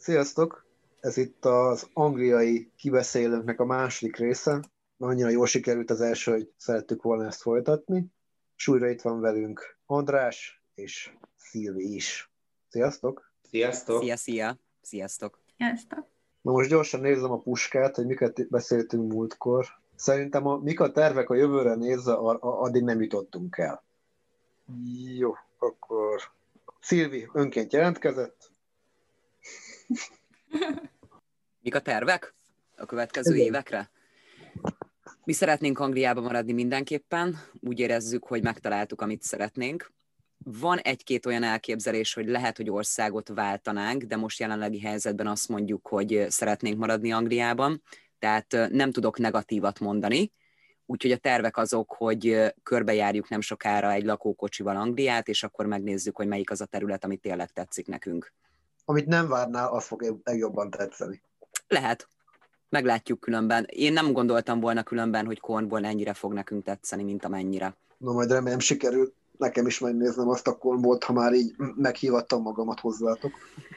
Sziasztok! Ez itt az angliai kibeszélőnknek a második része. Annyira jól sikerült az első, hogy szerettük volna ezt folytatni. És újra itt van velünk András és Szilvi is. Sziasztok! Sziasztok! Szia! Sziasztok! Sziasztok! Na most gyorsan nézem a puskát, hogy miket beszéltünk múltkor. Szerintem mik a tervek a jövőre nézve, addig nem jutottunk el. Jó, akkor Szilvi önként jelentkezett. Mik a tervek a következő évekre? Mi szeretnénk Angliába maradni mindenképpen, úgy érezzük, hogy megtaláltuk, amit szeretnénk. Van egy-két olyan elképzelés, hogy lehet, hogy országot váltanánk, de most jelenlegi helyzetben azt mondjuk, hogy szeretnénk maradni Angliában, tehát nem tudok negatívat mondani. Úgyhogy a tervek azok, hogy körbejárjuk nem sokára egy lakókocsival Angliát, és akkor megnézzük, hogy melyik az a terület, ami tényleg tetszik nekünk. Amit nem várnál, az fog legjobban tetszeni. Lehet. Meglátjuk különben. Én nem gondoltam volna különben, hogy Cornwall ennyire fog nekünk tetszeni, mint amennyire. Na majd remélem sikerül nekem is megnéznem azt a Cornwallt, ha már így meghívattam magamat hozzátok.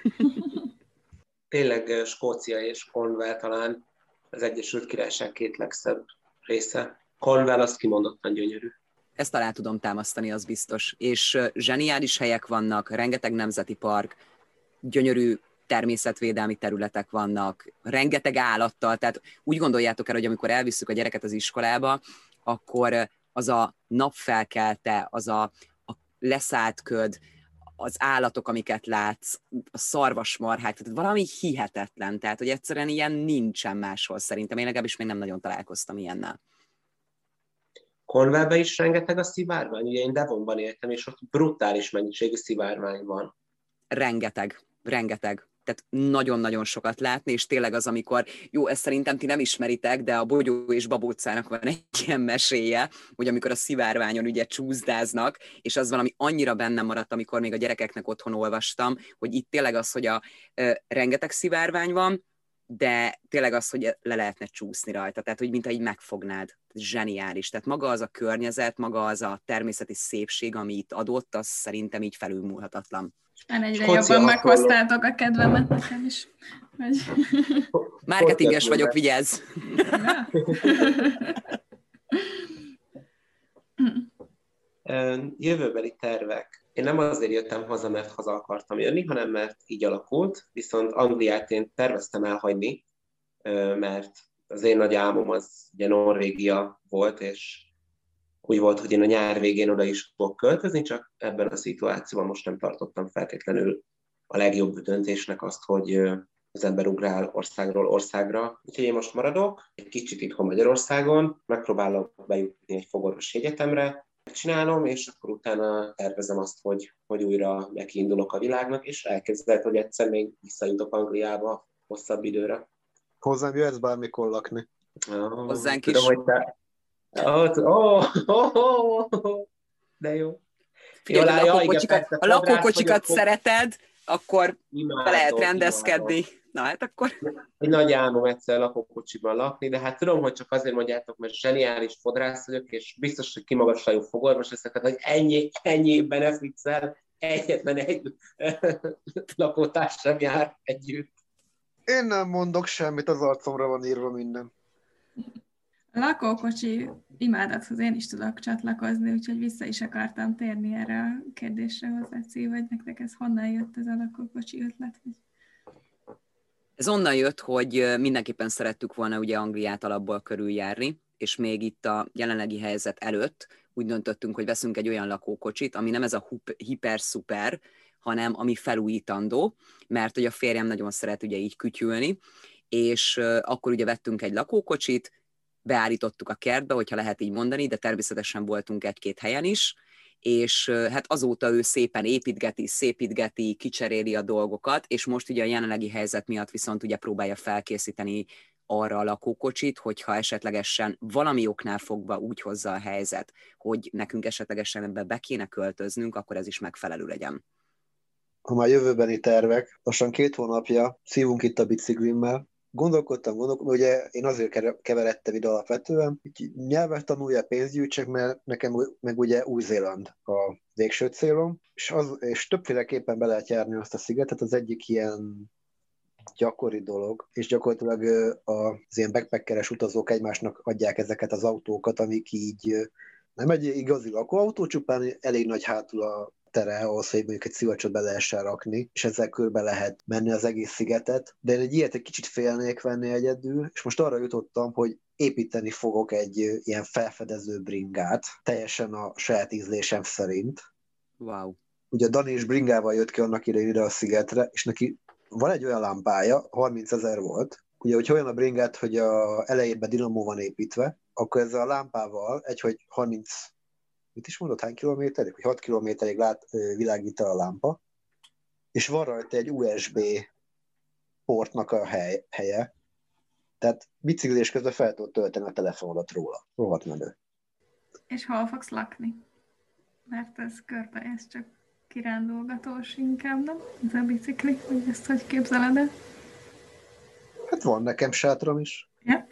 Tényleg Skócia és Cornwall talán az Egyesült Királyság két legszebb része. Cornwall az kimondottan gyönyörű. Ezt alá tudom támasztani, az biztos. És zseniális helyek vannak, rengeteg nemzeti park, gyönyörű természetvédelmi területek vannak, rengeteg állattal, tehát úgy gondoljátok el, hogy amikor elvisszük a gyereket az iskolába, akkor az a napfelkelte, az a leszállt köd, az állatok, amiket látsz, a szarvasmarhák, tehát valami hihetetlen, tehát hogy egyszerűen ilyen nincsen máshol szerintem, én legalábbis még nem nagyon találkoztam ilyennel. Cornwallban is rengeteg a szivárvány, ugye én Devonban éltem, és ott brutális mennyiségű szivárvány van. Rengeteg. Tehát nagyon-nagyon sokat látni, és tényleg az, amikor, jó, ezt szerintem ti nem ismeritek, de a Bogyó és Babócának van egy ilyen meséje, hogy amikor a szivárványon ugye csúszdáznak, és az valami annyira bennem maradt, amikor még a gyerekeknek otthon olvastam, hogy itt tényleg az, hogy rengeteg szivárvány van, de tényleg az, hogy le lehetne csúszni rajta, tehát hogy mintha így megfognád. Zseniális. Tehát maga az a környezet, maga az a természeti szépség, ami itt adott, az szerintem így felülmúlhatatlan. Már egyre jobban meghoztátok a kedvemet nekem is. Marketinges vagyok, vigyázz! Jövőbeli tervek. Én nem azért jöttem haza, mert haza akartam jönni, hanem mert így alakult, viszont Angliát én terveztem elhagyni, mert az én nagy álmom az ugye Norvégia volt, és úgy volt, hogy én a nyár végén oda is fogok költözni, csak ebben a szituációban most nem tartottam feltétlenül a legjobb döntésnek azt, hogy az ember ugrál országról országra. Úgyhogy én most maradok, egy kicsit itthon Magyarországon, megpróbálok bejutni egy fogorvosi egyetemre, megcsinálom, és akkor utána tervezem azt, hogy újra nekiindulok a világnak, és elképzelhet, hogy egyszer még visszajutok Angliába hosszabb időre. Hozzám jöhetsz bármikor lakni. Hozzánk is. Tudom, de jó. Figyelj, a lakókocsikat szereted, akkor be lehet rendezkedni. Imádom. Na hát akkor... Egy nagy álmom egyszer lakókocsiban lakni, de hát tudom, hogy csak azért mondjátok, mert zseniális fodrász vagyok, és biztos, hogy kimagaslajú fogorvos leszek, hogy ennyi benefitszel egyetlen egy lakótárs sem jár együtt. Én nem mondok semmit, az arcomra van írva minden. A lakókocsi imádathoz én is tudok csatlakozni, úgyhogy vissza is akartam térni erre a kérdésre hozzá, Szív, hogy nektek ez honnan jött ez a lakókocsi ötlet? Ez onnan jött, hogy mindenképpen szerettük volna ugye Angliát alapból körüljárni, és még itt a jelenlegi helyzet előtt úgy döntöttünk, hogy veszünk egy olyan lakókocsit, ami nem ez a hiper-szuper, hanem ami felújítandó, mert hogy a férjem nagyon szeret ugye így kütyülni, és akkor ugye vettünk egy lakókocsit, beállítottuk a kertbe, hogyha lehet így mondani, de természetesen voltunk egy-két helyen is, és hát azóta ő szépen szépítgeti, kicseréli a dolgokat, és most ugye a jelenlegi helyzet miatt viszont ugye próbálja felkészíteni arra a lakókocsit, hogyha esetlegesen valami oknál fogva úgy hozza a helyzet, hogy nekünk esetlegesen ebbe be kéne költöznünk, akkor ez is megfelelő legyen. Ha már jövőbeni tervek, lassan 2 hónapja szívunk itt a biciklimmel. Gondolkodtam, ugye én azért keveredtem ide alapvetően, hogy nyelvet tanulja, pénzt gyűjtsek, mert nekem meg ugye Új-Zéland a végső célom, és többféleképpen be lehet járni azt a szigetet, az egyik ilyen gyakori dolog, és gyakorlatilag az ilyen backpackeres utazók egymásnak adják ezeket az autókat, amik így nem egy igazi lakóautó, csupán elég nagy hátul a tere ahhoz, hogy mondjuk egy szivacsot be lehessen rakni, és ezzel körbe lehet menni az egész szigetet, de én egy ilyet egy kicsit félnék venni egyedül, és most arra jutottam, hogy építeni fogok egy ilyen felfedező bringát, teljesen a saját ízlésem szerint. Wow. Ugye Dani is bringával jött ki annak idején ide a szigetre, és neki van egy olyan lámpája, 30 000 volt, ugye, hogy olyan a bringát, hogy a elejében dinamó van építve, akkor ezzel a lámpával, hogy 30, mit is mondott, hány kilométerig? Hogy 6 kilométerig világít el a lámpa, és van rajta egy USB portnak a helye, tehát biciklés közben fel tudod tölteni a telefonodat róla. Rohadt menő. És hol fogsz lakni? Mert ez csak kirándulgatós inkább, nem? Ez a bicikli, hogy ezt hogy képzeled el? Hát van nekem sátram is. Ja.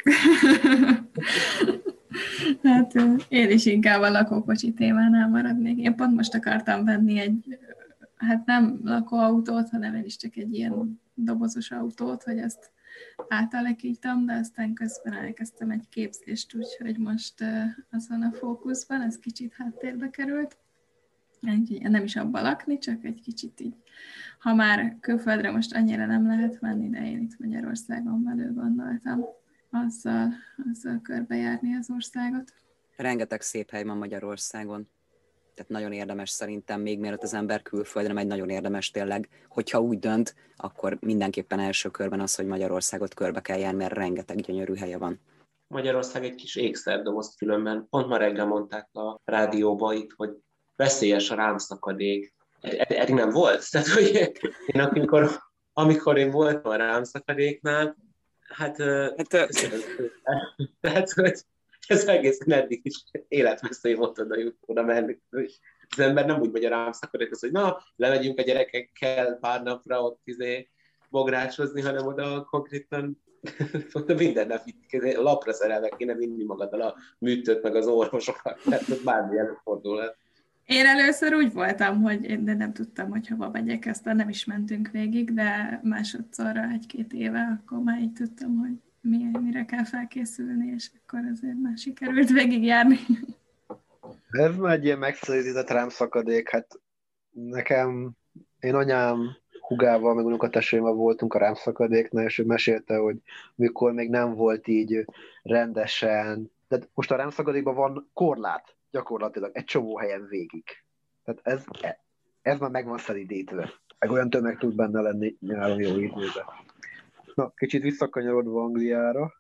Hát én is inkább a lakókocsi témánál maradnék. Én pont most akartam venni egy, hát nem lakóautót, hanem én is csak egy ilyen dobozos autót, hogy ezt átalakítom, de aztán közben elkezdtem egy képzést, úgyhogy most azon a fókuszban, ez kicsit háttérbe került. Nem is abba lakni, csak egy kicsit így. Ha már külföldre most annyira nem lehet menni, de én itt Magyarországon belül gondoltam azzal körbejárni az országot. Rengeteg szép hely van Magyarországon. Tehát nagyon érdemes szerintem, még mielőtt az ember külföldre megy, nagyon érdemes tényleg, hogyha úgy dönt, akkor mindenképpen első körben az, hogy Magyarországot körbe kell járni, mert rengeteg gyönyörű helye van. Magyarország egy kis ékszerdoboz különben. Pont ma reggel mondták a rádióba itt, hogy veszélyes a rámszakadék. Eddig nem volt. Tehát, hogy én amikor én voltam a rámszakadéknál, tehát, hogy ez egészen eddig is életveszély volt oda menni. Az ember nem úgy megy a rámszakadék, hogy na, lemegyünk a gyerekekkel pár napra ott bográcsozni, hanem oda konkrétan minden nap lapra szerelve kéne vinni magaddal a műtőt, meg az orvosokat, tehát bármi előfordulhat. Én először úgy voltam, hogy de nem tudtam, hogy hova megyek, aztán nem is mentünk végig, de másodszorra 1-2 éve, akkor már így tudtam, hogy mire kell felkészülni, és akkor azért már sikerült végigjárni. Ez már egy ilyen megszerített rámszakadék, hát nekem, én anyám hugával, meg unokatestvémmel voltunk a rámszakadéknál, és ő mesélte, hogy mikor még nem volt így rendesen, de most a rámszakadékban van korlát, gyakorlatilag egy csomó helyen végig. Tehát ez már meg van szelidítve. Meg olyan tömeg tud benne lenni nyáron jó időben. Na, kicsit visszakanyarodva Angliára.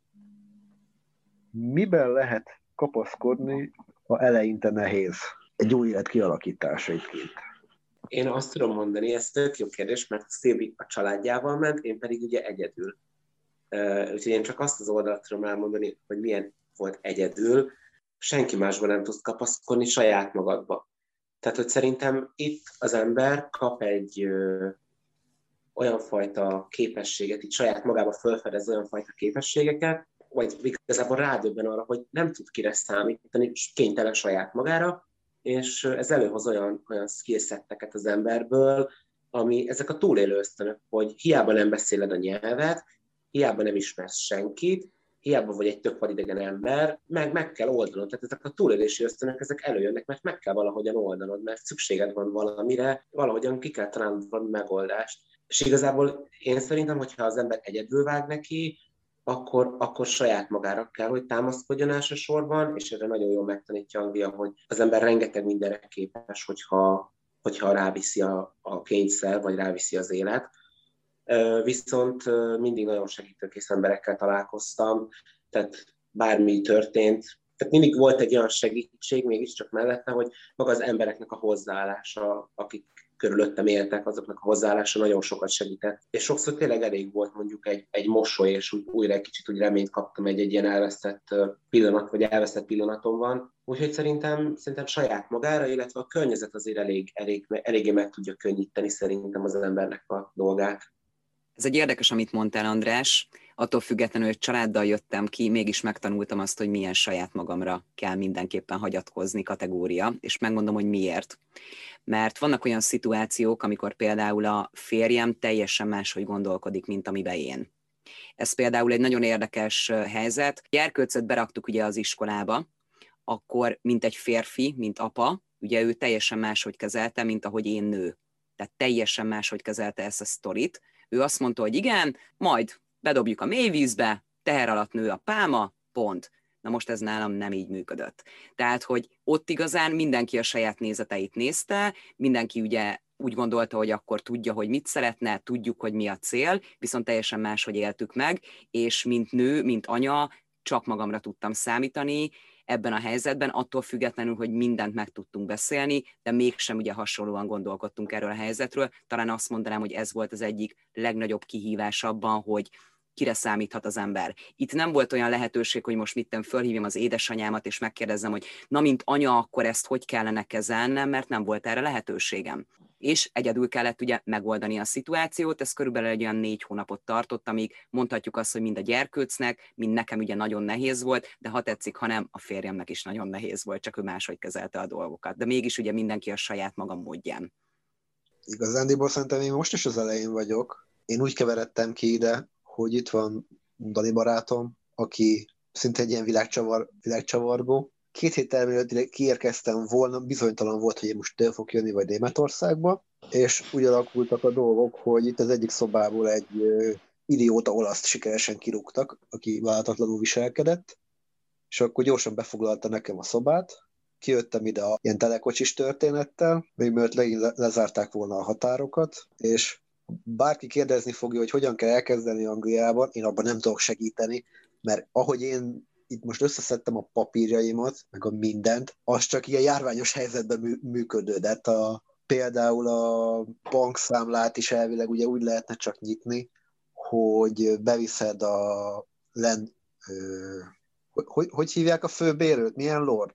Miben lehet kapaszkodni, ha eleinte nehéz egy új élet kialakítása egyébként? Én azt tudom mondani, ez tök jó kérdés, mert Szilvi a családjával ment, én pedig ugye egyedül. Úgyhogy én csak azt az oldalt tudom elmondani, hogy milyen volt egyedül, senki másban nem tudsz kapaszkodni, saját magadba. Tehát, hogy szerintem itt az ember kap egy olyan fajta képességet, itt saját magába felfedez olyan fajta képességeket, vagy igazából rádöbben arra, hogy nem tud kire számítani, és kénytelen saját magára, és ez előhoz olyan skillsetteket az emberből, ami ezek a túlélő ösztönök, hogy hiába nem beszéled a nyelvet, hiába nem ismersz senkit, hiába vagy egy tök vadidegen ember, meg kell oldanod. Tehát ezek a túlélési ösztönök, ezek előjönnek, mert meg kell valahogyan oldanod, mert szükséged van valamire, valahogyan ki kell találnod valami megoldást. És igazából én szerintem, hogyha az ember egyedül vág neki, akkor saját magára kell, hogy támaszkodjon elsősorban, és erre nagyon jól megtanítja Anglia, hogy az ember rengeteg mindenre képes, hogyha ráviszi a kényszer, vagy ráviszi az élet. Viszont mindig nagyon segítőkész emberekkel találkoztam, tehát bármi történt, tehát mindig volt egy olyan segítség mégiscsak mellette, hogy maga az embereknek a hozzáállása, akik körülöttem éltek, azoknak a hozzáállása nagyon sokat segített. És sokszor tényleg elég volt mondjuk egy mosoly, és újra egy kicsit úgy reményt kaptam egy ilyen elvesztett pillanat, vagy elvesztett pillanatom van. Úgyhogy szerintem saját magára, illetve a környezet azért eléggé meg tudja könnyíteni szerintem az embernek a dolgát. Ez egy érdekes, amit mondtál, András. Attól függetlenül, hogy családdal jöttem ki, mégis megtanultam azt, hogy milyen saját magamra kell mindenképpen hagyatkozni kategória, és megmondom, hogy miért. Mert vannak olyan szituációk, amikor például a férjem teljesen máshogy gondolkodik, mint amiben én. Ez például egy nagyon érdekes helyzet. Gyerkőcöt beraktuk ugye az iskolába, akkor mint egy férfi, mint apa, ugye ő teljesen máshogy kezelte, mint ahogy én nő. Tehát teljesen máshogy kezelte ezt a sztorit. Ő azt mondta, hogy igen, majd bedobjuk a mélyvízbe, teher alatt nő a pálma, pont. Na most ez nálam nem így működött. Tehát, hogy ott igazán mindenki a saját nézeteit nézte, mindenki ugye úgy gondolta, hogy akkor tudja, hogy mit szeretne, tudjuk, hogy mi a cél, viszont teljesen máshogy éltük meg, és mint nő, mint anya, csak magamra tudtam számítani ebben a helyzetben, attól függetlenül, hogy mindent meg tudtunk beszélni, de mégsem ugye hasonlóan gondolkodtunk erről a helyzetről. Talán azt mondanám, hogy ez volt az egyik legnagyobb kihívás abban, hogy kire számíthat az ember. Itt nem volt olyan lehetőség, hogy most fölhívjam az édesanyámat, és megkérdezzem, hogy na, mint anya, akkor ezt hogy kellene kezelnem, mert nem volt erre lehetőségem. És egyedül kellett ugye megoldani a szituációt, ez körülbelül egy olyan 4 hónapot tartott, amíg mondhatjuk azt, hogy mind a gyerkőcnek, mind nekem ugye nagyon nehéz volt, de ha tetszik, ha nem, a férjemnek is nagyon nehéz volt, csak ő máshogy kezelte a dolgokat. De mégis ugye mindenki a saját maga módján. Igazándiból szerintem én most is az elején vagyok. Én úgy keveredtem ki ide, hogy itt van Dani barátom, aki szinte egy ilyen világcsavargó. 2 héttel előtt kiérkeztem volna, bizonytalan volt, hogy én most el fog jönni vagy Németországba, és úgy alakultak a dolgok, hogy itt az egyik szobából egy idióta olaszt sikeresen kirúgtak, aki váltatlanul viselkedett, és akkor gyorsan befoglalta nekem a szobát. Kijöttem ide a ilyen telekocsis történettel, még mielőtt lezárták volna a határokat, és bárki kérdezni fogja, hogy hogyan kell elkezdeni Angliában, én abban nem tudok segíteni, mert ahogy én itt most összeszedtem a papírjaimat, meg a mindent, az csak ilyen járványos helyzetben működött. Például a bankszámlát is elvileg ugye úgy lehetne csak nyitni, hogy beviszed a hogy hívják a főbérőt? Milyen lord?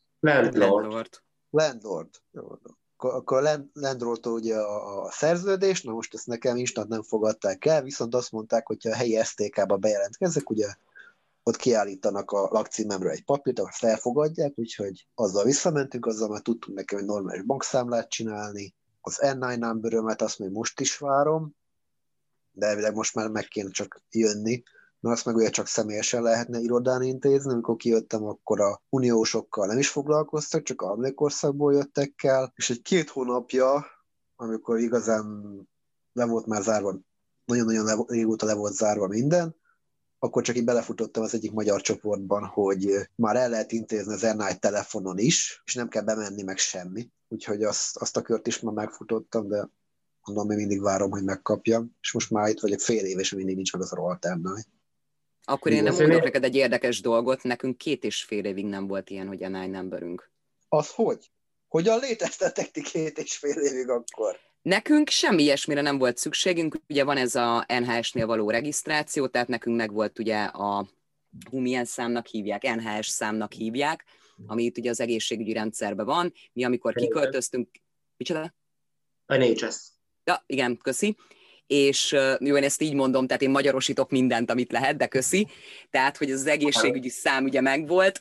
Landlord. Akkor a landlordtól ugye a szerződést, na most ezt nekem instant nem fogadták el, viszont azt mondták, hogy ha a helyi STK-ba bejelentkezzek, ugye ott kiállítanak a lakcímemről egy papírt, azt elfogadják, úgyhogy azzal visszamentünk, azzal már tudtunk nekem egy normális bankszámlát csinálni. Az N9 numberömet azt még most is várom, de elvileg most már meg kéne csak jönni, mert azt meg ugye csak személyesen lehetne irodán intézni. Amikor kijöttem, akkor a uniósokkal nem is foglalkoztak, csak a emlékorszakból jöttek el, és egy 2 hónapja, amikor igazán le volt már zárva, nagyon-nagyon régóta le volt zárva minden, akkor csak így belefutottam az egyik magyar csoportban, hogy már el lehet intézni az N1 telefonon is, és nem kell bemenni meg semmi. Úgyhogy azt a kört is már megfutottam, de mondom, még mindig várom, hogy megkapjam. És most már itt vagyok fél év, és mindig nincs meg az a rohadt N1. Akkor én nem mondok neked egy érdekes dolgot, nekünk 2,5 évig nem volt ilyen, hogy N1 numberünk. Az hogy? Hogyan léteztetek ti 2,5 évig akkor? Nekünk semmi ilyesmire nem volt szükségünk, ugye van ez a NHS-nél való regisztráció, tehát nekünk meg volt ugye a milyen számnak hívják, NHS számnak hívják, ami itt ugye az egészségügyi rendszerben van. Mi amikor kiköltöztünk... Micsoda? NHS. Ja, igen, köszi. És jó, én ezt így mondom, tehát én magyarosítok mindent, amit lehet, de köszi. Tehát, hogy az egészségügyi szám ugye megvolt,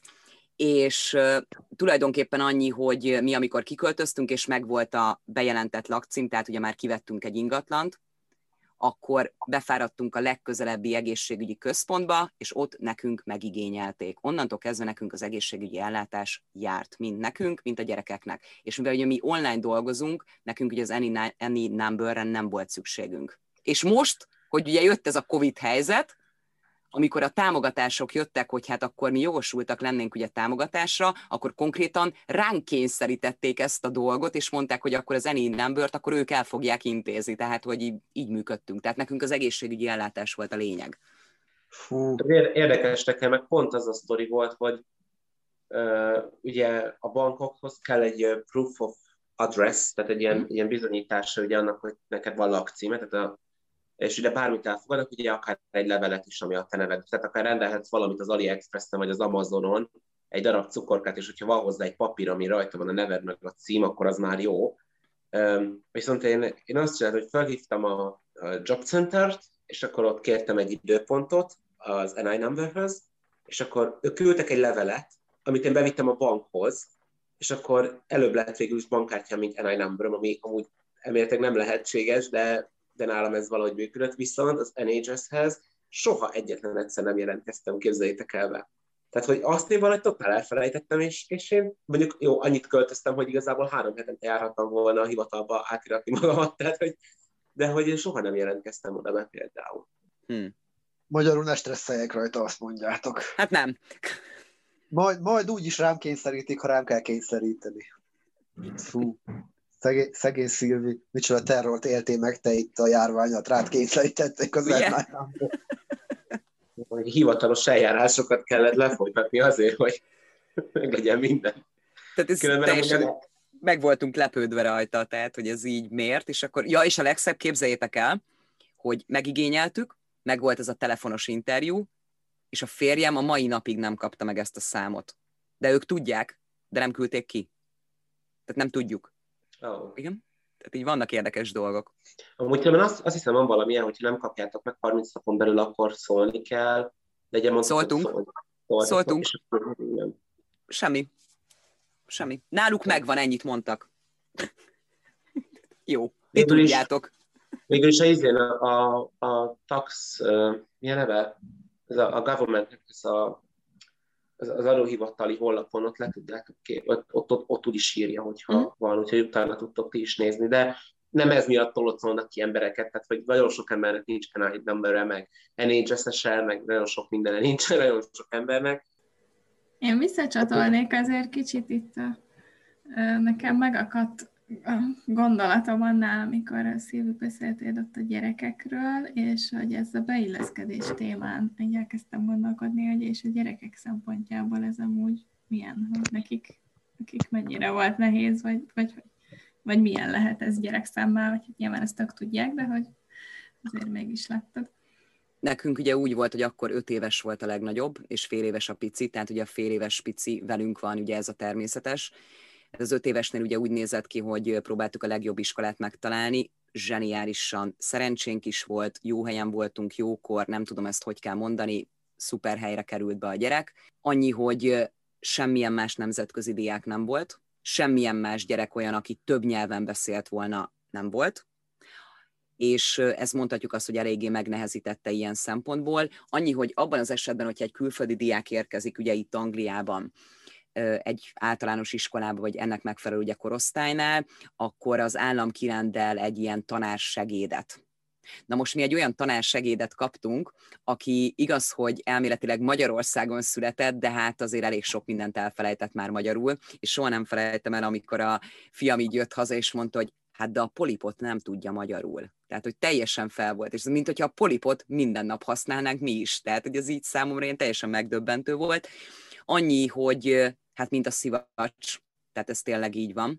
és tulajdonképpen annyi, hogy mi amikor kiköltöztünk, és megvolt a bejelentett lakcím, tehát ugye már kivettünk egy ingatlant, akkor befáradtunk a legközelebbi egészségügyi központba, és ott nekünk megigényelték. Onnantól kezdve nekünk az egészségügyi ellátás járt, mind nekünk, mint a gyerekeknek. És mivel ugye mi online dolgozunk, nekünk ugye az any numberre nem volt szükségünk. És most, hogy ugye jött ez a Covid helyzet, amikor a támogatások jöttek, hogy hát akkor mi jogosultak lennénk ugye támogatásra, akkor konkrétan ránk kényszerítették ezt a dolgot, és mondták, hogy akkor az any numbert, akkor ők el fogják intézni, tehát hogy így működtünk. Tehát nekünk az egészségügyi ellátás volt a lényeg. Fú. Érdekes nekem, meg pont az a sztori volt, hogy ugye a bankokhoz kell egy proof of address, tehát egy ilyen bizonyítása ugye annak, hogy neked van lakcíme, tehát és ugye bármit elfogadok, ugye akár egy levelet is, ami a te neved. Tehát akár rendelhetsz valamit az AliExpressen vagy az Amazonon, egy darab cukorkát, és hogyha van hozzá egy papír, ami rajta van a neved meg a cím, akkor az már jó. Viszont én azt csináltam, hogy felhívtam a Job Centert, és akkor ott kértem egy időpontot az NI numberhöz, és akkor ők küldtek egy levelet, amit én bevittem a bankhoz, és akkor előbb lett végül is bankkártyám, mint NI numberem, ami amúgy elméletileg nem lehetséges, de nálam ez valahogy működött, viszont az NHS-hez soha egyetlen egyszer nem jelentkeztem, képzeljétek el be. Tehát, hogy azt én valahogy totál elfelejtettem, és én mondjuk jó, annyit költöztem, hogy igazából 3 hetente járhattam volna a hivatalba átiratni magamat, tehát, de hogy én soha nem jelentkeztem oda be például. Magyarul ne stresszeljek rajta, azt mondjátok. Hát nem. Majd úgy is rám kényszerítik, ha rám kell kényszeríteni. Fú, szegény Szilvi, micsoda terrort éltél meg te itt a járványat, rád kényszerítették az elmányámból. Hivatalos eljárásokat kellett lefolytatni azért, hogy meglegyen minden. Tehát ez teljesen meg voltunk lepődve rajta, tehát, hogy ez így miért, és akkor, ja, és a legszebb, képzeljétek el, hogy megigényeltük, meg volt ez a telefonos interjú, és a férjem a mai napig nem kapta meg ezt a számot. De ők tudják, de nem küldték ki. Tehát nem tudjuk. Oh. Igen? Tehát így vannak érdekes dolgok. Amúgy azt hiszem, van valamilyen, hogyha nem kapjátok meg 30 napon belül, akkor szólni kell. De Szóltunk. Semmi. Náluk megvan, ennyit mondtak. Jó, ti tudjátok. Végül is a tax, milyen neve? Ez a government, az adóhivatali honlapon ott le tudjátok ott úgy is írja, hogyha van, úgyhogy utána tudtok ti is nézni, de nem ez miatt tolocsolnak ki embereket, tehát hogy nagyon sok embernek nincs NI numberre, meg NHS-essel, meg nagyon sok mindenre nincs, nagyon sok embernek. Én visszacsatolnék azért kicsit itt, nekem megakadt a gondolatom annál, amikor a Szilvi beszéltél ott a gyerekekről, és hogy ez a beilleszkedés témán így elkezdtem gondolkodni, hogy és a gyerekek szempontjából ez amúgy milyen, hogy nekik mennyire volt nehéz, vagy milyen lehet ez gyerekszemmel, vagy nyilván ezt tök tudják, de hogy azért mégis láttad. Nekünk ugye úgy volt, hogy akkor 5 éves volt a legnagyobb, és fél éves a pici, tehát ugye a fél éves pici velünk van, ugye ez a természetes. Az 5 évesnél ugye úgy nézett ki, hogy próbáltuk a legjobb iskolát megtalálni, zseniálisan szerencsénk is volt, jó helyen voltunk, jókor, nem tudom ezt hogy kell mondani, szuper helyre került be a gyerek. Annyi, hogy semmilyen más nemzetközi diák nem volt, semmilyen más gyerek olyan, aki több nyelven beszélt volna, nem volt. És ezt mondhatjuk azt, hogy eléggé megnehezítette ilyen szempontból. Annyi, hogy abban az esetben, hogyha egy külföldi diák érkezik, ugye itt Angliában, egy általános iskolába, vagy ennek megfelelő ugye korosztálynál, akkor az állam kirendel egy ilyen tanársegédet. Na most mi egy olyan tanársegédet kaptunk, aki igaz, hogy elméletileg Magyarországon született, de hát azért elég sok mindent elfelejtett már magyarul, és soha nem felejtem el, amikor a fiam így jött haza, és mondta, hogy hát de a polipot nem tudja magyarul. Tehát, hogy teljesen fel volt, és mint hogyha a polipot minden nap használnánk mi is. Tehát, hogy ez így számomra ilyen teljesen megdöbbentő volt. Annyi, hogy hát mint a szivacs, tehát ez tényleg így van.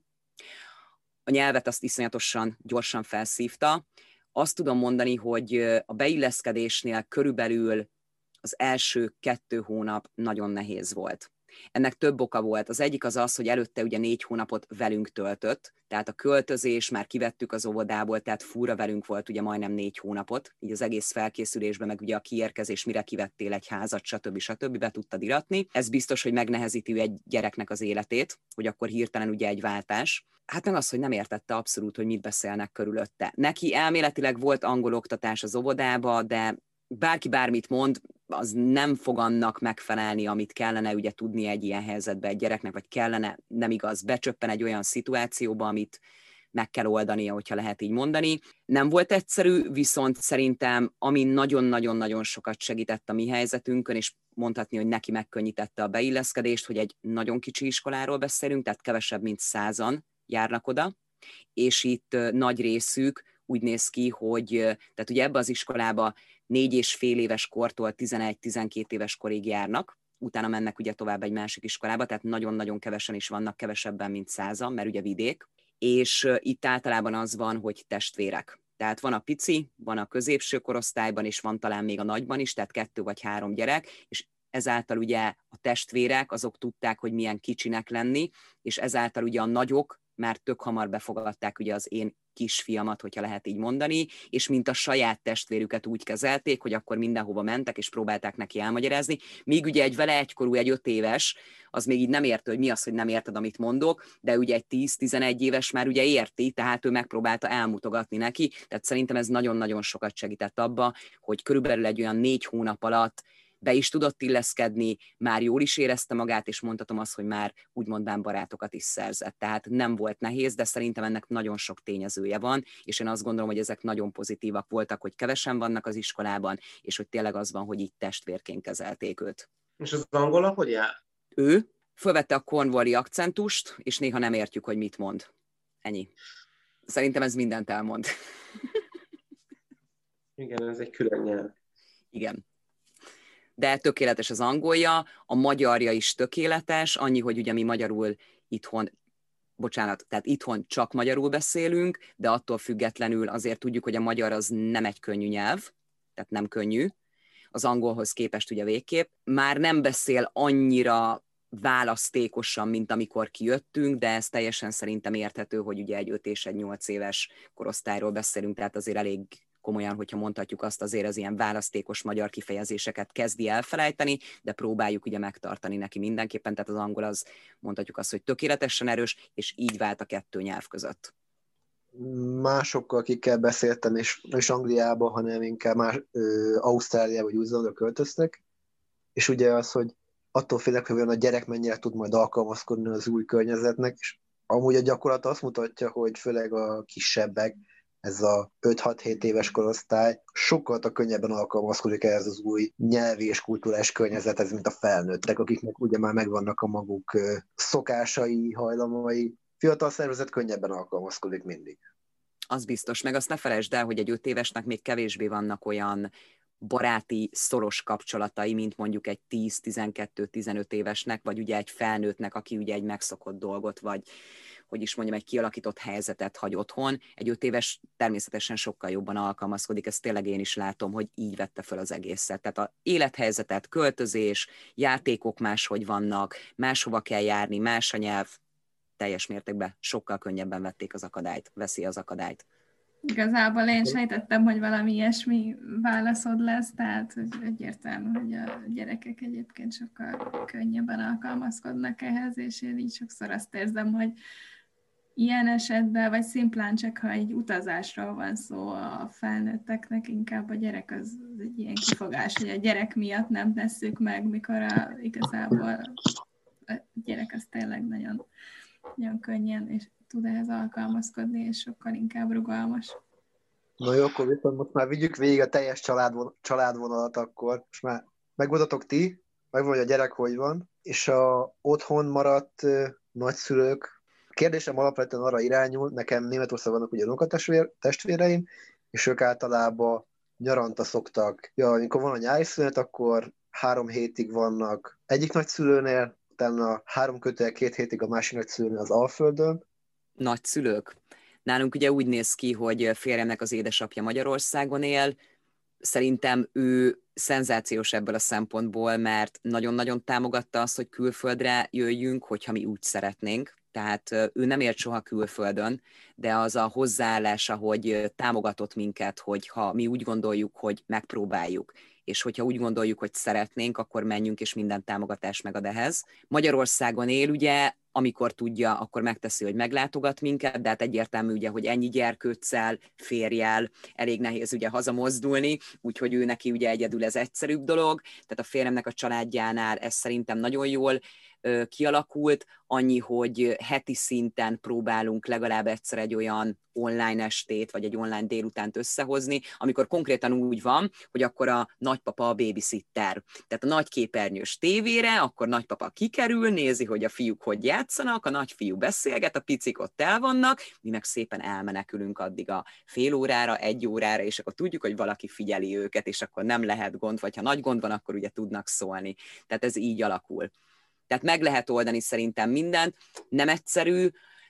A nyelvet azt iszonyatosan gyorsan felszívta. Azt tudom mondani, hogy a beilleszkedésnél körülbelül az első 2 hónap nagyon nehéz volt. Ennek több oka volt. Az egyik az az, hogy előtte ugye 4 hónapot velünk töltött, tehát a költözés, már kivettük az óvodából, tehát fúra velünk volt ugye majdnem 4 hónapot, így az egész felkészülésben, meg ugye a kiérkezés, mire kivettél egy házat, stb. Be tudtad iratni. Ez biztos, hogy megnehezíti egy gyereknek az életét, hogy akkor hirtelen ugye egy váltás. Hát meg az, hogy nem értette abszolút, hogy mit beszélnek körülötte. Neki elméletileg volt angol oktatás az óvodába, de bárki bármit mond, az nem fog annak megfelelni, amit kellene ugye tudni egy ilyen helyzetben egy gyereknek, vagy kellene, nem igaz, becsöppen egy olyan szituációba, amit meg kell oldania, hogyha lehet így mondani. Nem volt egyszerű, viszont szerintem, ami nagyon-nagyon-nagyon sokat segített a mi helyzetünkön, és mondhatni, hogy neki megkönnyítette a beilleszkedést, hogy egy nagyon kicsi iskoláról beszélünk, tehát kevesebb, mint 100-an járnak oda, és itt nagy részük úgy néz ki, hogy tehát ugye ebbe az iskolába 4,5 éves kortól 11-12 éves korig járnak, utána mennek ugye tovább egy másik iskolába, tehát nagyon-nagyon kevesen is vannak, kevesebben, mint 100-an, mert ugye vidék, és itt általában az van, hogy testvérek. Tehát van a pici, van a középső korosztályban, és van talán még a nagyban is, tehát 2 vagy 3 gyerek, és ezáltal ugye a testvérek azok tudták, hogy milyen kicsinek lenni, és ezáltal ugye a nagyok már tök hamar befogadták ugye az én kisfiamat, hogyha lehet így mondani, és mint a saját testvérüket úgy kezelték, hogy akkor mindenhova mentek, és próbálták neki elmagyarázni, míg ugye egy vele egykorú, egy 5 éves, az még így nem érti, hogy mi az, hogy nem érted, amit mondok, de ugye egy 10-11 éves már ugye érti, tehát ő megpróbálta elmutogatni neki, tehát szerintem ez nagyon-nagyon sokat segített abba, hogy körülbelül egy olyan 4 hónap alatt be is tudott illeszkedni, már jól is érezte magát, és mondhatom azt, hogy már úgymond barátokat is szerzett. Tehát nem volt nehéz, de szerintem ennek nagyon sok tényezője van, és én azt gondolom, hogy ezek nagyon pozitívak voltak, hogy kevesen vannak az iskolában, és hogy tényleg az van, hogy így testvérként kezelték őt. És az angola hogy áll? Ő fölvette a cornwalli akcentust, és néha nem értjük, hogy mit mond. Ennyi. Szerintem ez mindent elmond. Igen, ez egy külön nyelv. Igen. De tökéletes az angolja, a magyarja is tökéletes, annyi, hogy ugye mi magyarul itthon, tehát itthon csak magyarul beszélünk, de attól függetlenül azért tudjuk, hogy a magyar az nem egy könnyű nyelv, tehát nem könnyű, az angolhoz képest ugye végképp. Már nem beszél annyira választékosan, mint amikor kijöttünk, de ez teljesen szerintem érthető, hogy ugye egy 5 és egy 8 éves korosztályról beszélünk, tehát azért elég komolyan, hogyha mondhatjuk azt, azért az ilyen választékos magyar kifejezéseket kezdi elfelejteni, de próbáljuk ugye megtartani neki mindenképpen, tehát az angol az mondhatjuk azt, hogy tökéletesen erős, és így vált a 2 nyelv között. Másokkal, akikkel beszéltem, és Angliába, hanem inkább Ausztráliába vagy Új-Zélandra költöztek, és ugye az, hogy attól félek, hogy a gyerek mennyire tud majd alkalmazkodni az új környezetnek, és amúgy a gyakorlat azt mutatja, hogy főleg a kisebbek, ez a 5-6-7 éves korosztály sokkal könnyebben alkalmazkodik ehhez az új nyelvi és kulturális környezethez, mint a felnőttek, akiknek ugye már megvannak a maguk szokásai, hajlamai. Fiatal szervezet könnyebben alkalmazkodik mindig. Az biztos, meg azt ne felejtsd el, hogy egy 5 évesnek még kevésbé vannak olyan baráti, szoros kapcsolatai, mint mondjuk egy 10-12-15 évesnek, vagy ugye egy felnőttnek, aki ugye egy megszokott dolgot, vagy hogy is mondjam, egy kialakított helyzetet hagy otthon. Egy 5 éves természetesen sokkal jobban alkalmazkodik, ezt tényleg én is látom, hogy így vette fel az egészet. Tehát az élethelyzetet, költözés, játékok máshogy vannak, máshova kell járni, más a nyelv, teljes mértékben sokkal könnyebben veszi az akadályt. Igazából én sejtettem, hogy valami ilyesmi válaszod lesz, tehát hogy egyértelmű, hogy a gyerekek egyébként sokkal könnyebben alkalmazkodnak ehhez, és én így sokszor azt érzem, hogy ilyen esetben, vagy szimplán csak, ha egy utazásról van szó a felnőtteknek, inkább a gyerek az egy ilyen kifogás, hogy a gyerek miatt nem tesszük meg, mikor igazából a gyerek az tényleg nagyon, nagyon könnyen és tud ehhez alkalmazkodni, és sokkal inkább rugalmas. Na jó, akkor viszont most már vigyük végig a teljes családvonalat akkor. Most már megmondhatok ti, megvan, hogy a gyerek hogy van, és a otthon maradt nagyszülők. A kérdésem alapvetően arra irányul, nekem Németországban vannak ugye unokatestvéreim, és ők általában nyaranta szoktak. Ja, amikor van a nyári szünet, akkor 3 hétig vannak egyik nagyszülőnél, utána 3-2 hétig a másik nagyszülőnél az Alföldön. Nagyszülők? Nálunk ugye úgy néz ki, hogy férjemnek az édesapja Magyarországon él, szerintem ő szenzációs ebből a szempontból, mert nagyon-nagyon támogatta azt, hogy külföldre jöjjünk, hogyha mi úgy szeretnénk. Tehát ő nem élt soha külföldön, de az a hozzáállása, hogy támogatott minket, hogy ha mi úgy gondoljuk, hogy megpróbáljuk, és hogyha úgy gondoljuk, hogy szeretnénk, akkor menjünk, és minden támogatást megad ehhez. Magyarországon él, ugye, amikor tudja, akkor megteszi, hogy meglátogat minket, de hát egyértelmű, ugye, hogy ennyi gyerkőccel, férjel, elég nehéz ugye hazamozdulni, úgyhogy ő neki ugye egyedül ez egyszerűbb dolog, tehát a férjemnek a családjánál ez szerintem nagyon jól kialakult, annyi, hogy heti szinten próbálunk legalább egyszer egy olyan online estét, vagy egy online délutánt összehozni, amikor konkrétan úgy van, hogy akkor a nagypapa a babysitter. Tehát a nagy képernyős tévére, akkor nagypapa kikerül, nézi, hogy a fiúk hogy játszanak, a nagyfiú beszélget, a picik ott el vannak, mi meg szépen elmenekülünk addig a fél órára, 1 órára, és akkor tudjuk, hogy valaki figyeli őket, és akkor nem lehet gond, vagy ha nagy gond van, akkor ugye tudnak szólni. Tehát ez így alakul. Tehát meg lehet oldani szerintem mindent, nem egyszerű,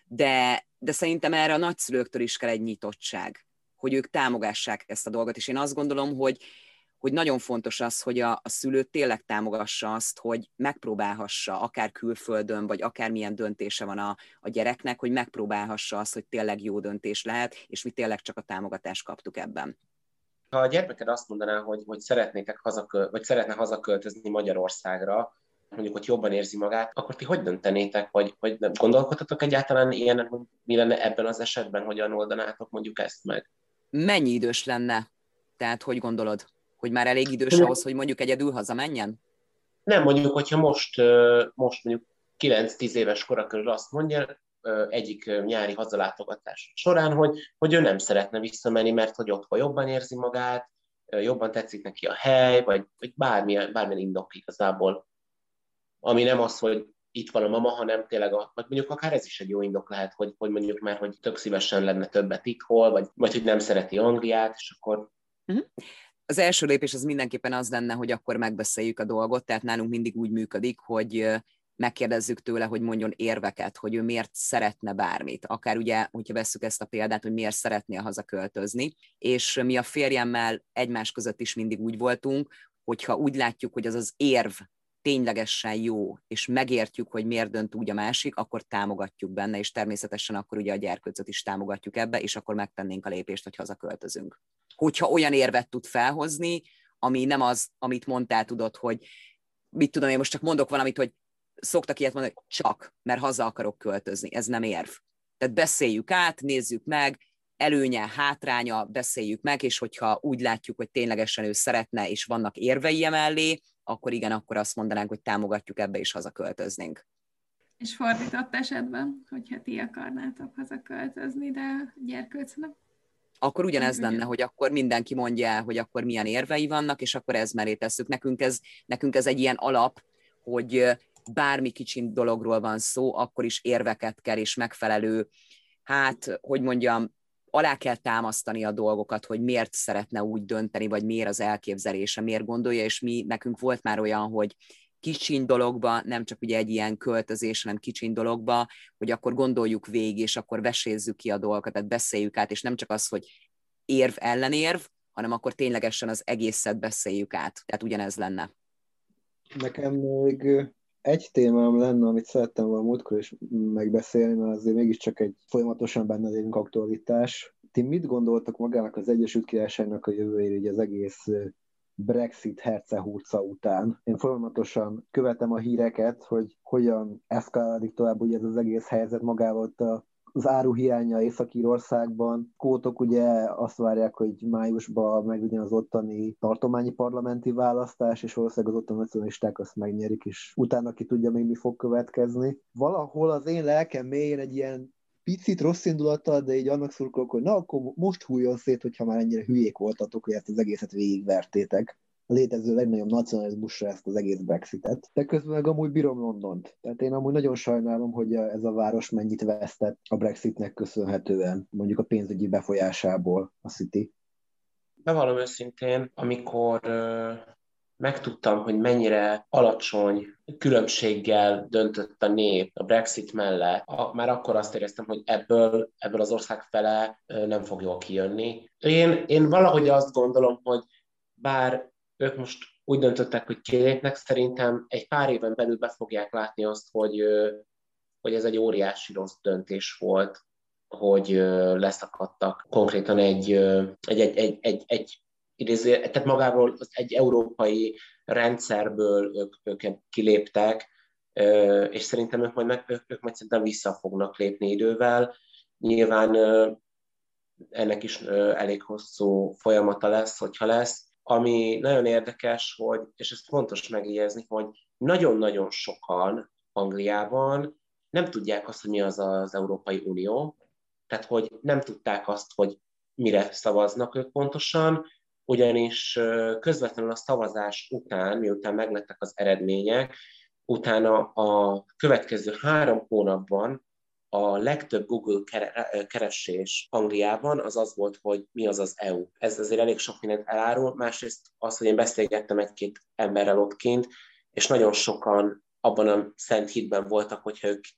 de szerintem erre a nagyszülőktől is kell egy nyitottság, hogy ők támogassák ezt a dolgot, és én azt gondolom, hogy hogy nagyon fontos az, hogy a szülő tényleg támogassa azt, hogy megpróbálhassa, akár külföldön, vagy akármilyen döntése van a gyereknek, hogy megpróbálhassa azt, hogy tényleg jó döntés lehet, és mi tényleg csak a támogatást kaptuk ebben. Ha a gyermeked azt mondaná, hogy szeretne hazaköltözni Magyarországra, mondjuk, hogy jobban érzi magát, akkor ti hogy döntenétek, vagy nem gondolkodtatok egyáltalán ilyen, hogy mi lenne ebben az esetben, hogyan oldanátok mondjuk ezt meg? Mennyi idős lenne? Tehát hogy gondolod? Hogy már elég idős ahhoz, hogy mondjuk egyedül hazamenjen? Nem, mondjuk, hogyha most mondjuk 9-10 éves kora körül azt mondja, egyik nyári hazalátogatás során, hogy ő nem szeretne visszamenni, mert hogy otthon jobban érzi magát, jobban tetszik neki a hely, vagy bármilyen indok igazából. Ami nem az, hogy itt van a mama, hanem tényleg, vagy mondjuk akár ez is egy jó indok lehet, hogy mondjuk már, hogy tök szívesen lenne többet itthol, vagy hogy nem szereti Angliát, és akkor... Az első lépés az mindenképpen az lenne, hogy akkor megbeszéljük a dolgot, tehát nálunk mindig úgy működik, hogy megkérdezzük tőle, hogy mondjon érveket, hogy ő miért szeretne bármit. Akár ugye, hogyha vesszük ezt a példát, hogy miért szeretné hazaköltözni. És mi a férjemmel egymás között is mindig úgy voltunk, hogyha úgy látjuk, hogy az az érv ténylegesen jó, és megértjük, hogy miért dönt úgy a másik, akkor támogatjuk benne, és természetesen akkor ugye a gyerkőcöt is támogatjuk ebbe, és akkor megtennénk a lépést, hogy hazaköltözünk. Hogyha olyan érvet tud felhozni, ami nem az, amit mondtál, tudod, hogy mit tudom, én most csak mondok valamit, hogy szoktak ilyet mondani, hogy csak, mert haza akarok költözni. Ez nem érv. Tehát beszéljük át, nézzük meg, előnye, hátránya, beszéljük meg, és hogyha úgy látjuk, hogy ténylegesen ő szeretne, és vannak érvei emellé, akkor igen, akkor azt mondanánk, hogy támogatjuk ebbe, és hazaköltöznénk. És fordított esetben, hogyha ti akarnátok hazaköltözni, de gyerkőcnek? Akkor ugyanez lenne, hogy akkor mindenki mondja el, hogy akkor milyen érvei vannak, és akkor ez mellé tesszük. Nekünk ez egy ilyen alap, hogy bármi kicsi dologról van szó, akkor is érveket kell, és megfelelő, hogy mondjam, alá kell támasztani a dolgokat, hogy miért szeretne úgy dönteni, vagy miért az elképzelése, miért gondolja, és nekünk volt már olyan, hogy kicsiny dologba, nem csak ugye egy ilyen költözés, hanem kicsiny dologba, hogy akkor gondoljuk végig, és akkor vesézzük ki a dolgokat, tehát beszéljük át, és nem csak az, hogy érv ellenérv, hanem akkor ténylegesen az egészet beszéljük át. Tehát ugyanez lenne. Nekem még egy témám lenne, amit szerettem volna múltkor is megbeszélni, mert azért mégiscsak egy folyamatosan benne lévünk aktualitás. Ti mit gondoltak magának az Egyesült Királyságnak a jövőjére, így az egész Brexit hercehurca után? Én folyamatosan követem a híreket, hogy hogyan eszkalálódik tovább ugye ez az egész helyzet magával az áruhiánya Észak-Írországban. Skótok ugye azt várják, hogy májusban meglegyen az ottani tartományi parlamenti választás, és valószínűleg az ottani nacionalisták azt megnyerik, és utána ki tudja még mi fog következni. Valahol az én lelkem mélyén egy ilyen picit rossz indulattal, de így annak szurkolok, hogy na akkor most hújjon szét, hogyha már ennyire hülyék voltatok, hogy ezt az egészet végigvertétek. A létező legnagyobb nacionalizmusra ezt az egész Brexitet. De közben meg amúgy bírom Londont. Tehát én amúgy nagyon sajnálom, hogy ez a város mennyit vesztett a Brexitnek köszönhetően, mondjuk a pénzügyi befolyásából a City. Bevallom őszintén, amikor megtudtam, hogy mennyire alacsony különbséggel döntött a nép a Brexit mellett, már akkor azt éreztem, hogy ebből az ország fele nem fog jól kijönni. Én valahogy azt gondolom, hogy bár ők most úgy döntöttek, hogy kilépnek, szerintem egy pár éven belül be fogják látni azt, hogy ez egy óriási rossz döntés volt, hogy leszakadtak konkrétan tehát magáról egy európai rendszerből ők kiléptek, és szerintem ők majd szerintem vissza fognak lépni idővel. Nyilván ennek is elég hosszú folyamata lesz, hogyha lesz. Ami nagyon érdekes, és ezt fontos megjegyezni, hogy nagyon-nagyon sokan Angliában nem tudják azt, hogy mi az az Európai Unió, tehát hogy nem tudták azt, hogy mire szavaznak ők pontosan, ugyanis közvetlenül a szavazás után, miután meglettek az eredmények, utána a következő 3 hónapban a legtöbb Google keresés Angliában az volt, hogy mi az EU. Ez azért elég sok mindent elárul. Másrészt az, hogy én beszélgettem egy-két emberrel ott kint, és nagyon sokan abban a szent hitben voltak, hogyha ők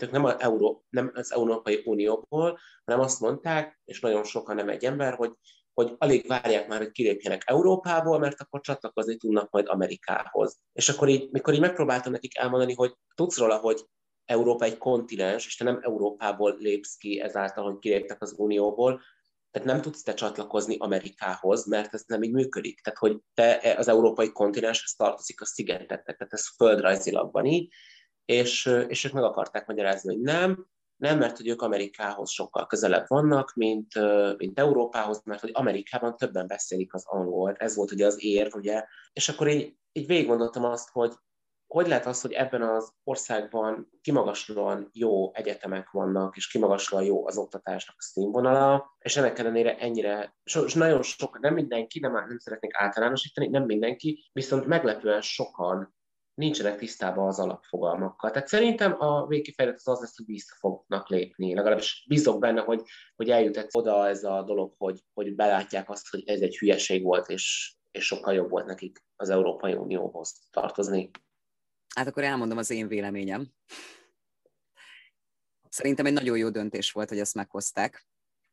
nem az Európai Unióból, hanem azt mondták, és nagyon sokan, nem egy ember, hogy hogy alig várják már, hogy kilépjenek Európából, mert akkor csatlakozni tudnak majd Amerikához. És akkor így, mikor így megpróbáltam nekik elmondani, hogy tudsz róla, hogy Európa egy kontinens, és te nem Európából lépsz ki ezáltal, hogy kiléptek az Unióból, tehát nem tudsz te csatlakozni Amerikához, mert ez nem így működik. Tehát, hogy te az európai kontinenshez tartozik a szigeteknek, tehát ez földrajzilag van így, és ők meg akarták magyarázni, hogy nem, mert hogy ők Amerikához sokkal közelebb vannak, mint Európához, mert hogy Amerikában többen beszélik az angolt. Ez volt ugye az érv, ugye. És akkor így végigmondottam azt, hogy lehet az, hogy ebben az országban kimagaslóan jó egyetemek vannak, és kimagaslóan jó az oktatásnak a színvonala, és ennek ellenére ennyire, és nagyon sok, nem mindenki, nem szeretnék általánosítani, nem mindenki, viszont meglepően sokan nincsenek tisztában az alapfogalmakkal. Tehát szerintem a végkifejlet az lesz, hogy vissza fognak lépni. Legalábbis bízok benne, hogy eljut oda ez a dolog, hogy belátják azt, hogy ez egy hülyeség volt, és sokkal jobb volt nekik az Európai Unióhoz tartozni. Hát akkor elmondom az én véleményem. Szerintem egy nagyon jó döntés volt, hogy ezt meghozták.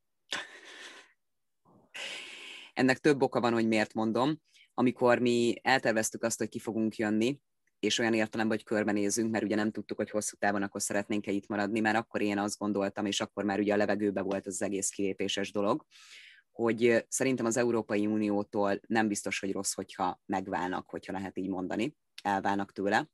Ennek több oka van, hogy miért mondom. Amikor mi elterveztük azt, hogy ki fogunk jönni, és olyan értelemben, hogy körbenézünk, mert ugye nem tudtuk, hogy hosszú távon akkor szeretnénk-e itt maradni, mert akkor én azt gondoltam, és akkor már ugye a levegőbe volt az egész kilépéses dolog, hogy szerintem az Európai Uniótól nem biztos, hogy rossz, hogyha megválnak, hogyha lehet így mondani, elválnak tőle.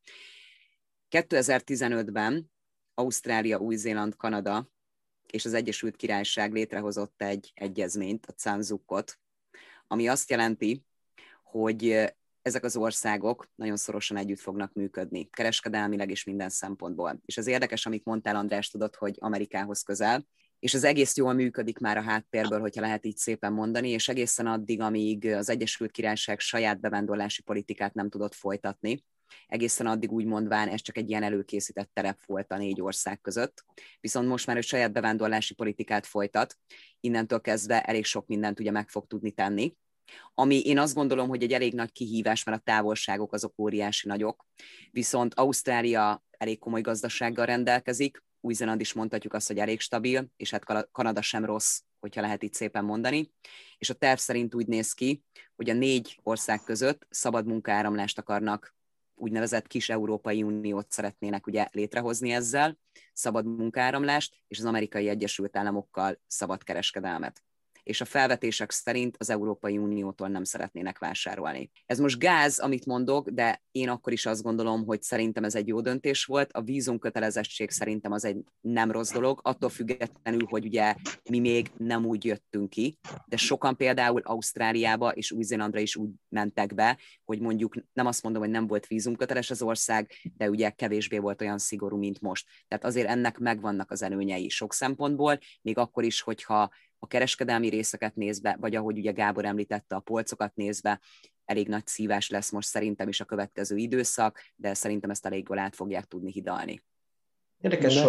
2015-ben Ausztrália, Új-Zéland, Kanada és az Egyesült Királyság létrehozott egy egyezményt, a CANZUK-ot, ami azt jelenti, hogy ezek az országok nagyon szorosan együtt fognak működni, kereskedelmileg és minden szempontból. És az érdekes, amit mondtál, András, tudod, hogy Amerikához közel, és az egész jól működik már a háttérből, hogyha lehet így szépen mondani, és egészen addig, amíg az Egyesült Királyság saját bevándorlási politikát nem tudott folytatni, egészen addig úgy mondván ez csak egy ilyen előkészített terep volt a 4 ország között. Viszont most már ő saját bevándorlási politikát folytat, innentől kezdve elég sok mindent ugye meg fog tudni tenni, ami én azt gondolom, hogy egy elég nagy kihívás, mert a távolságok azok óriási nagyok, viszont Ausztrália elég komoly gazdasággal rendelkezik, Új-Zéland is mondhatjuk azt, hogy elég stabil, és hát Kanada sem rossz, hogyha lehet így szépen mondani, és a terv szerint úgy néz ki, hogy a 4 ország között szabad munkaáramlást akarnak, úgynevezett kis Európai Uniót szeretnének ugye létrehozni ezzel, szabad munkaáramlást, és az Amerikai Egyesült Államokkal szabad kereskedelmet. És a felvetések szerint az Európai Uniótól nem szeretnének vásárolni. Ez most gáz, amit mondok, de én akkor is azt gondolom, hogy szerintem ez egy jó döntés volt. A vízumkötelezettség szerintem az egy nem rossz dolog, attól függetlenül, hogy ugye mi még nem úgy jöttünk ki, de sokan például Ausztráliába és Új-Zélandra is úgy mentek be, hogy mondjuk nem azt mondom, hogy nem volt vízumköteles az ország, de ugye kevésbé volt olyan szigorú, mint most. Tehát azért ennek megvannak az előnyei sok szempontból, még akkor is, hogyha a kereskedelmi részeket nézve, vagy ahogy ugye Gábor említette, a polcokat nézve, elég nagy szívás lesz most szerintem is a következő időszak, de szerintem ezt elég jól át fogják tudni hidalni. Érdekes,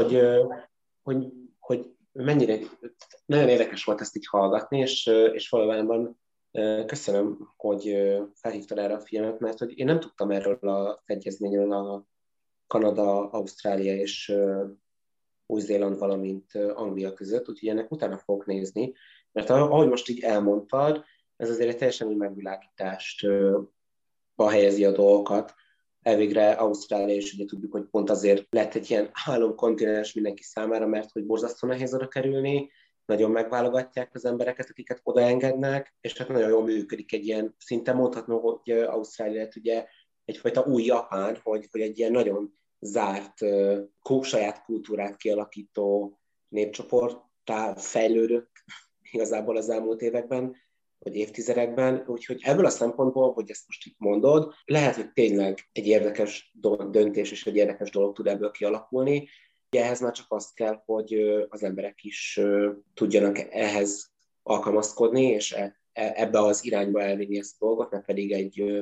hogy mennyire, nagyon érdekes volt ezt így hallgatni, és valójában köszönöm, hogy felhívtad erre a figyelmet, mert hogy én nem tudtam erről az egyezményről a Kanada, Ausztrália és Új-Zéland, valamint Anglia között, úgyhogy ennek utána fogok nézni, mert ahogy most így elmondtad, ez azért egy teljesen új megvilágításba helyezi a dolgokat. Elvégre Ausztrália is ugye tudjuk, hogy pont azért lett egy ilyen álomkontinens mindenki számára, mert hogy borzasztó nehéz oda kerülni, nagyon megválogatják az embereket, akiket odaengednek, és hát nagyon jól működik egy ilyen, szinte mondhatnom, hogy Ausztrália ugye egyfajta új Japán, hogy egy ilyen nagyon zárt, saját kultúrát kialakító népcsoporttá fejlődött igazából az elmúlt években, vagy évtizedekben, úgyhogy ebből a szempontból, hogy ezt most itt mondod, lehet, hogy tényleg egy érdekes döntés és egy érdekes dolog tud ebből kialakulni. Ugye ehhez már csak azt kell, hogy az emberek is tudjanak ehhez alkalmazkodni, és ebbe az irányba elvinni ezt a dolgot, ne pedig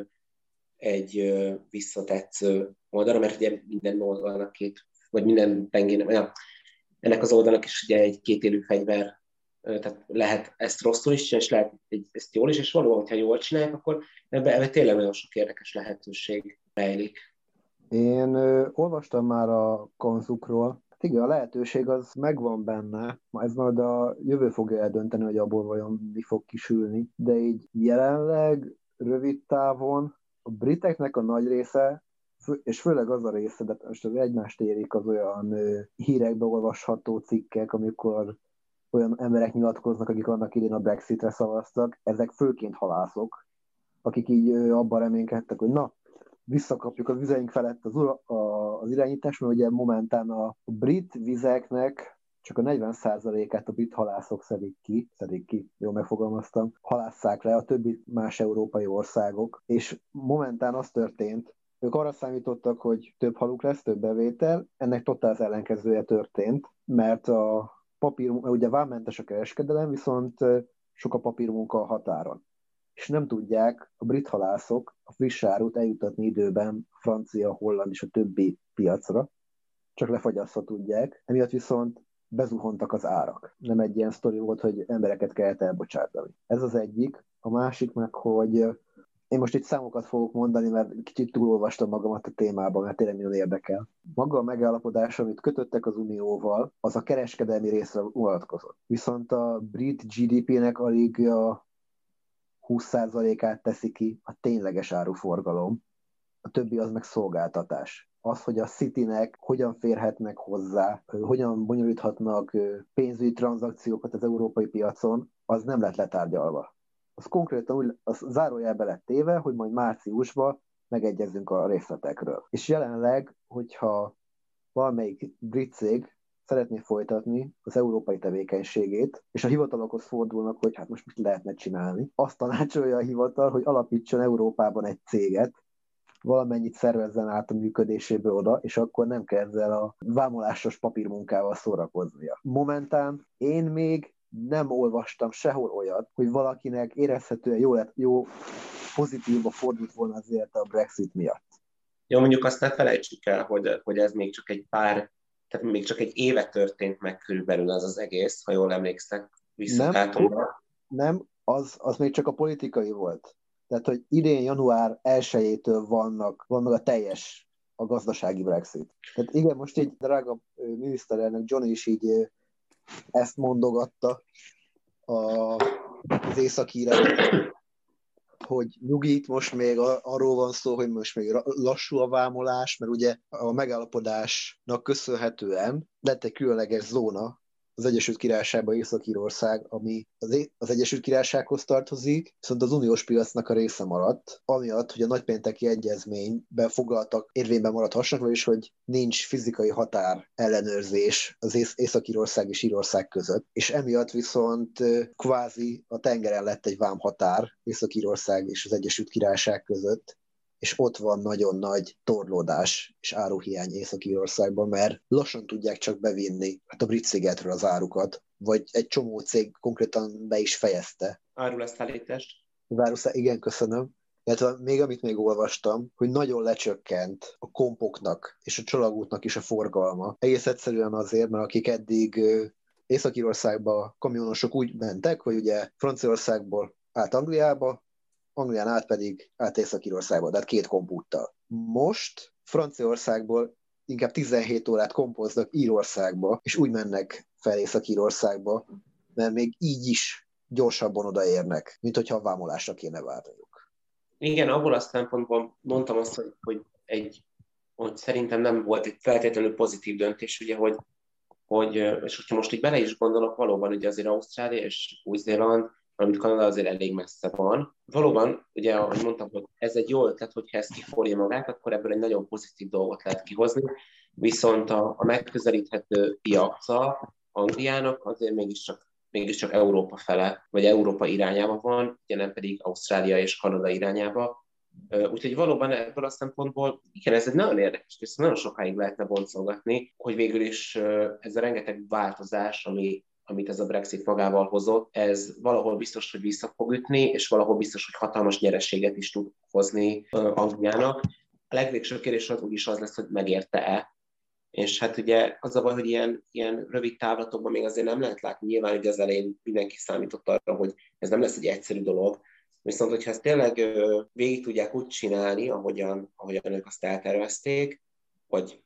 egy visszatetsző oldalra, mert ugye minden oldalnak vagy minden pengének, ennek az oldalnak is ugye egy kétélű fegyver, tehát lehet ezt rosszul is csinálni, és lehet ezt jól is, és valóban, hogyha jól csinálják, akkor ebbe tényleg nagyon sok érdekes lehetőség rejlik. Én olvastam már a konzukról, Igen, a lehetőség az megvan benne, ez majd a jövő fogja eldönteni, hogy abból vajon mi fog kisülni, de így jelenleg rövid távon a briteknek a nagy része, és főleg az a része, de most az egymást érik az olyan hírekbe olvasható cikkek, amikor olyan emberek nyilatkoznak, akik annak idén a Brexitre szavaztak, ezek főként halászok, akik így abban reménykedtek, hogy na, visszakapjuk az vizeink felett az irányítást, mert ugye momentán a brit vizeknek csak a 40%-át a brit halászok szedik ki, jól megfogalmaztam, halásszák le a többi más európai országok, és momentán az történt, ők arra számítottak, hogy több haluk lesz, több bevétel, ennek totál az ellenkezője történt, mert a ugye vámmentes a kereskedelem, viszont sok a papírmunka a határon. És nem tudják a brit halászok a friss árut eljutatni időben a francia, holland és a többi piacra, csak lefagyasztva tudják, emiatt viszont bezuhantak az árak. Nem egy ilyen sztori volt, hogy embereket kellett elbocsátani. Ez az egyik. A másik meg, hogy én most itt számokat fogok mondani, mert kicsit túlolvastam magamat a témában, mert tényleg nagyon érdekel. Maga a megállapodás, amit kötöttek az Unióval, az a kereskedelmi részre vonatkozott. Viszont a brit GDP-nek alig a 20%-át teszi ki a tényleges áruforgalom, a többi az meg szolgáltatás. Az, hogy a Citynek hogyan férhetnek hozzá, hogyan bonyolíthatnak pénzügyi tranzakciókat az európai piacon, az nem lett letárgyalva. Az konkrétan úgy, az zárójelbe lett téve, hogy majd márciusban megegyezzünk a részletekről. És jelenleg, hogyha valamelyik brit cég szeretné folytatni az európai tevékenységét, és a hivatalokhoz fordulnak, hogy hát most mit lehetne csinálni. Azt tanácsolja a hivatal, hogy alapítson Európában egy céget, valamennyit szervezzen át a működéséből oda, és akkor nem kell ezzel a vámolásos papírmunkával szórakoznia. Momentán én még nem olvastam sehol olyat, hogy valakinek érezhetően jó pozitívba fordult volna azért a Brexit miatt. Jó, mondjuk azt ne felejtsük el, hogy ez még csak tehát még csak egy éve történt meg körülbelül az egész, ha jól emlékszek, visszatátomra. Nem, az még csak a politikai volt. Tehát, hogy idén január 1-től van meg a gazdasági Brexit. Tehát igen, most így drága miniszterelnök Johnny is így ezt mondogatta az északírek, hogy nyugít, most még arról van szó, hogy most még lassú a vámolás, mert ugye a megállapodásnak köszönhetően lett egy különleges zóna az Egyesült Királyságban, Észak-Írország, ami az Egyesült Királysághoz tartozik, viszont az uniós piacnak a része maradt, amiatt, hogy a nagypénteki egyezményben foglaltak érvényben maradhassanak, vagyis hogy nincs fizikai határ ellenőrzés az Észak-Írország és Írország között, és emiatt viszont kvázi a tengeren lett egy vámhatár Észak-Írország és az Egyesült Királyság között, és ott van nagyon nagy torlódás és áruhiány Észak-Írországban, mert lassan tudják csak bevinni a brit szigetről az árukat, vagy egy csomó cég konkrétan be is fejezte. Áruleszállítást. Igen, köszönöm. Illetve amit még olvastam, hogy nagyon lecsökkent a kompoknak és a csalagútnak is a forgalma. Egész egyszerűen azért, mert akik eddig Észak-Írországba kamionosok úgy mentek, hogy ugye Franciaországból át Angliába, Anglián át pedig át Észak-Írországba, tehát 2 kompúttal. Most Franciaországból inkább 17 órát kompoznak Írországba, és úgy mennek fel Észak-Írországba, mert még így is gyorsabban odaérnek, mint hogyha a vámolásra kéne várniuk. Igen, abból a szempontból mondtam azt, hogy szerintem nem volt egy feltétlenül pozitív döntés, ugye, és hogyha most így bele is gondolok, valóban ugye azért Ausztrália és Új-Zéland, valamint Kanada azért elég messze van. Valóban, ugye, ahogy mondtam, hogy ez egy jó ötlet, hogyha ez kiforja magát, akkor ebből egy nagyon pozitív dolgot lehet kihozni, viszont a megközelíthető piaca Angliának azért mégiscsak Európa fele, vagy Európa irányába van, ugye nem pedig Ausztrália és Kanada irányába. Úgyhogy valóban ebből a szempontból, igen, ez egy nagyon érdekes, és nagyon sokáig lehetne boncolgatni, hogy végül is ez a rengeteg változás, amit ez a Brexit magával hozott, ez valahol biztos, hogy vissza fog ütni, és valahol biztos, hogy hatalmas nyereséget is tud hozni Angliának. A legvégső kérdés az úgyis az lesz, hogy megérte-e. És hát ugye az a baj, hogy ilyen rövid távlatokban még azért nem lehet látni, nyilván, hogy az elején mindenki számított arra, hogy ez nem lesz egy egyszerű dolog, viszont hogyha ezt tényleg végig tudják úgy csinálni, ahogyan ők azt eltervezték, vagy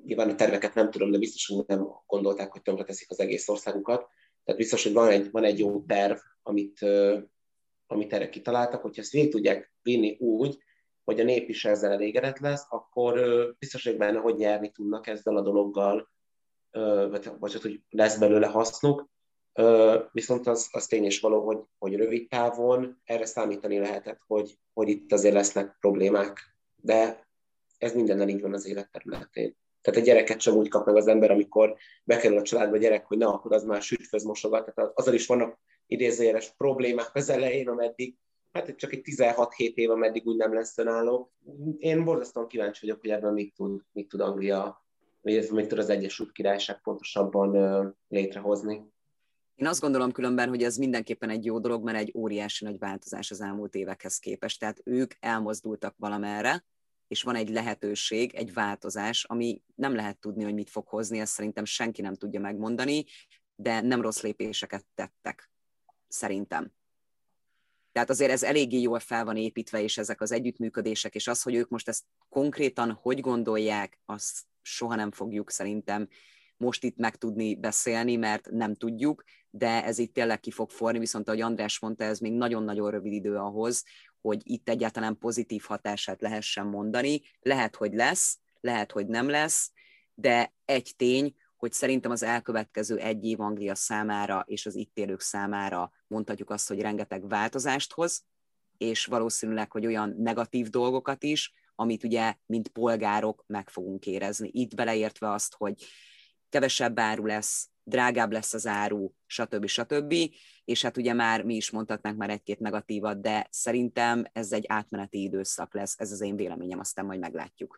nyilván a terveket nem tudom, de biztos, hogy nem gondolták, hogy tönkreteszik az egész országukat. Tehát biztos, hogy van egy jó terv, amit erre kitaláltak, hogyha ezt végig tudják vinni úgy, hogy a nép is ezzel elégedett lesz, akkor biztos, hogy benne, hogy nyerni tudnak ezzel a dologgal, vagy hogy lesz belőle hasznuk. Viszont az tény és való, hogy rövid távon erre számítani lehetett, hogy itt azért lesznek problémák, de ez mindennel így van az élet területén. Tehát egy gyereket sem úgy kap meg az ember, amikor bekerül a családba a gyerek, hogy na, akkor az már sütfőz mosogat. Tehát azzal is vannak idézőjeles problémák az elején, ameddig, hát csak egy 16-7 év, ameddig úgy nem lesz önálló. Én borzasztóan kíváncsi vagyok, hogy ebben mit tud Anglia, vagy mit tud az Egyesült Királyság pontosabban létrehozni. Én azt gondolom különben, hogy ez mindenképpen egy jó dolog, mert egy óriási nagy változás az elmúlt évekhez képest. Tehát ők elmozdultak valamerre, és van egy lehetőség, egy változás, ami nem lehet tudni, hogy mit fog hozni, ezt szerintem senki nem tudja megmondani, de nem rossz lépéseket tettek, szerintem. Tehát azért ez eléggé jól fel van építve, és ezek az együttműködések, és az, hogy ők most ezt konkrétan hogy gondolják, azt soha nem fogjuk szerintem most itt meg tudni beszélni, mert nem tudjuk, de ez itt tényleg ki fog forni, viszont ahogy András mondta, ez még nagyon-nagyon rövid idő ahhoz, hogy itt egyáltalán pozitív hatását lehessen mondani. Lehet, hogy lesz, lehet, hogy nem lesz, de egy tény, hogy szerintem az elkövetkező egy év Anglia számára és az itt élők számára mondhatjuk azt, hogy rengeteg változást hoz, és valószínűleg, hogy olyan negatív dolgokat is, amit ugye, mint polgárok meg fogunk érezni. Itt beleértve azt, hogy kevesebb áru lesz, drágább lesz az áru, stb. És hát ugye már mi is mondhatnánk már egy-két negatívat, de szerintem ez egy átmeneti időszak lesz, ez az én véleményem, aztán majd meglátjuk.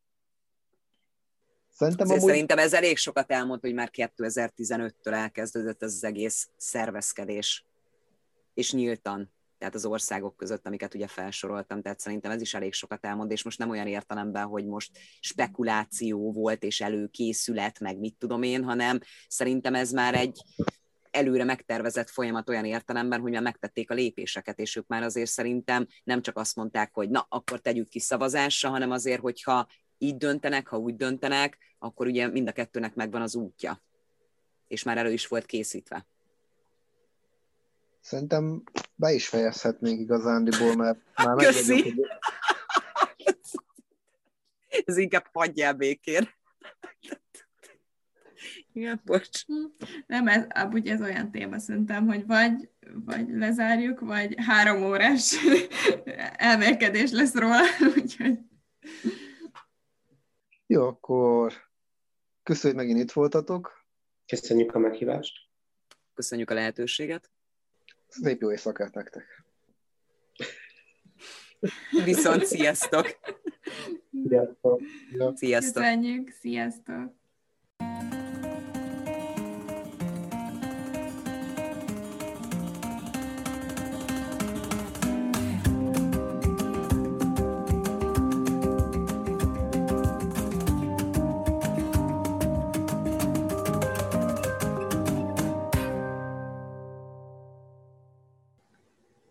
Szerintem ez elég sokat elmond, hogy már 2015-től elkezdődött ez az egész szervezkedés, és nyíltan, tehát az országok között, amiket ugye felsoroltam, tehát szerintem ez is elég sokat elmond, és most nem olyan értelemben, hogy most spekuláció volt, és előkészület, meg mit tudom én, hanem szerintem ez már egy előre megtervezett folyamat olyan értelemben, hogy már megtették a lépéseket, és ők már azért szerintem nem csak azt mondták, hogy na, akkor tegyük ki szavazásra, hanem azért, hogyha így döntenek, ha úgy döntenek, akkor ugye mind a kettőnek megvan az útja. És már elő is volt készítve. Szerintem be is fejezhetnénk igazándiból, mert már megvegyünk, hogy... Ez inkább hagyjál békén. Igen, bocs. Nem, amúgy ez olyan téma szerintem, hogy vagy lezárjuk, vagy 3 órás elmélkedés lesz róla, úgyhogy... Jó, akkor köszönjük, hogy megint itt voltatok. Köszönjük a meghívást. Köszönjük a lehetőséget. Szép jó éjszakát nektek. Viszont sziasztok! Sziasztok! Sziasztok! Köszönjük, sziasztok!